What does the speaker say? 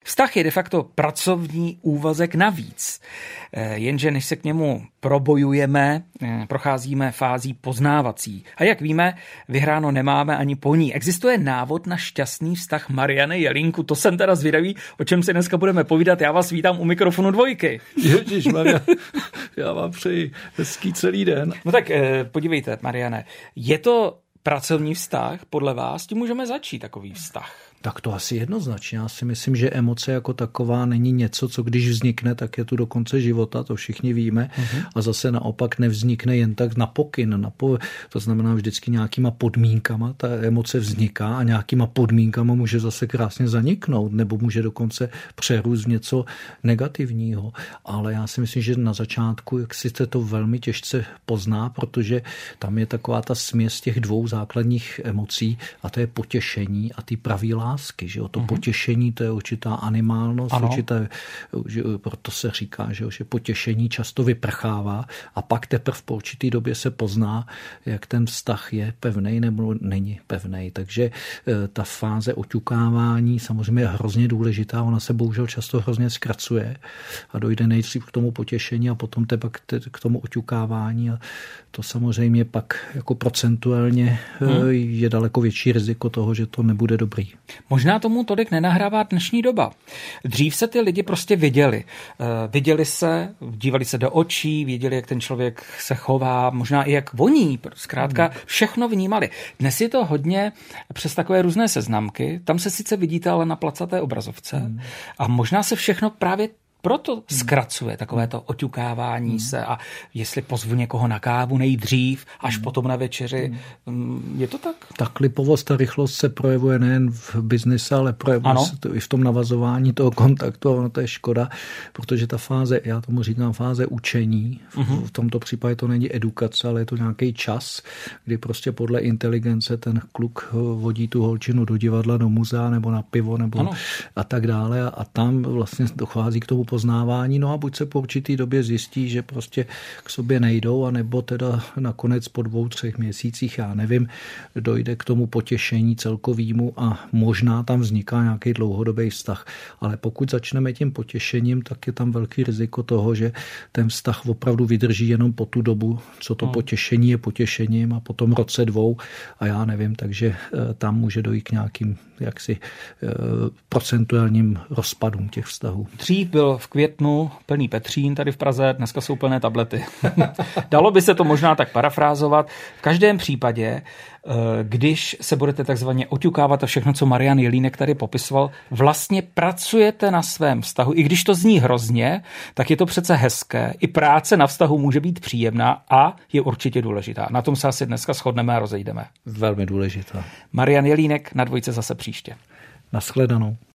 Vztah je de facto pracovní úvazek navíc. Jenže než se k němu probojujeme, procházíme fází poznávací. A jak víme, vyhráno nemáme ani po ní. Existuje návod na šťastný vztah Mariany Jelínku? To jsem teda zvědavý, o čem si dneska budeme povídat. Já vás vítám u mikrofonu Dvojky. Ježišmarja, já vám přeji hezký celý den. No tak podívejte, Mariane, je to pracovní vztah? Podle vás tím můžeme začít takový vztah? Tak to asi jednoznačně. Já si myslím, že emoce jako taková není něco, co když vznikne, tak je tu do konce života, to všichni víme. A zase naopak nevznikne jen tak na pokyn. To znamená vždycky nějakýma podmínkama. Ta emoce vzniká a nějakýma podmínkama může zase krásně zaniknout, nebo může dokonce přerůst v něco negativního. Ale já si myslím, že na začátku jak si to velmi těžce pozná, protože tam je taková ta směs těch dvou základních emocí a to je potěšení a ty pravý lásky, že jo? To potěšení, to je určitá animálnost, proto se říká, že potěšení často vyprchává a pak teprve po určitý době se pozná, jak ten vztah je pevnej nebo není pevnej. Takže ta fáze oťukávání samozřejmě je hrozně důležitá, ona se bohužel často hrozně zkracuje a dojde nejdřív k tomu potěšení a potom k tomu oťukávání a to samozřejmě pak jako procentuálně je daleko větší riziko toho, že to nebude dobrý. Možná tomu tolik nenahrává dnešní doba. Dřív se ty lidi prostě viděli. Viděli se, dívali se do očí, věděli, jak ten člověk se chová, možná i jak voní. Zkrátka všechno vnímali. Dnes je to hodně přes takové různé seznamky. Tam se sice vidíte, ale na placaté obrazovce. A možná se všechno právě proto zkracuje takovéto oťukávání se a jestli pozvu někoho na kávu nejdřív, až potom na večeři. Je to tak? Tak lipovost a rychlost se projevuje nejen v biznise, ale projevuje se to i v tom navazování toho kontaktu a ono to je škoda, protože ta fáze, já tomu říkám fáze učení, v tomto případě to není edukace, ale je to nějaký čas, kdy prostě podle inteligence ten kluk vodí tu holčinu do divadla, do muzea nebo na pivo nebo a tak dále a tam vlastně dochází k tomu poznávání, no a buď se po určitý době zjistí, že prostě k sobě nejdou, anebo teda nakonec po 2-3 měsících, já nevím, dojde k tomu potěšení celkovýmu a možná tam vzniká nějaký dlouhodobý vztah. Ale pokud začneme tím potěšením, tak je tam velký riziko toho, že ten vztah opravdu vydrží jenom po tu dobu, co to potěšení je potěšením a potom roce 2 a já nevím, takže tam může dojít k nějakým jaksi procentuálním rozpadům těch vztahů. Dřív byl v květnu plný Petřín tady v Praze, dneska jsou plné tablety. Dalo by se to možná tak parafrázovat. V každém případě, když se budete takzvaně oťukávat a všechno, co Marian Jelínek tady popisoval, vlastně pracujete na svém vztahu. I když to zní hrozně, tak je to přece hezké. I práce na vztahu může být příjemná a je určitě důležitá. Na tom se asi dneska shodneme a rozejdeme. Velmi důležitá. Marian Jelínek na Dvojce zase příště. Nashledanou.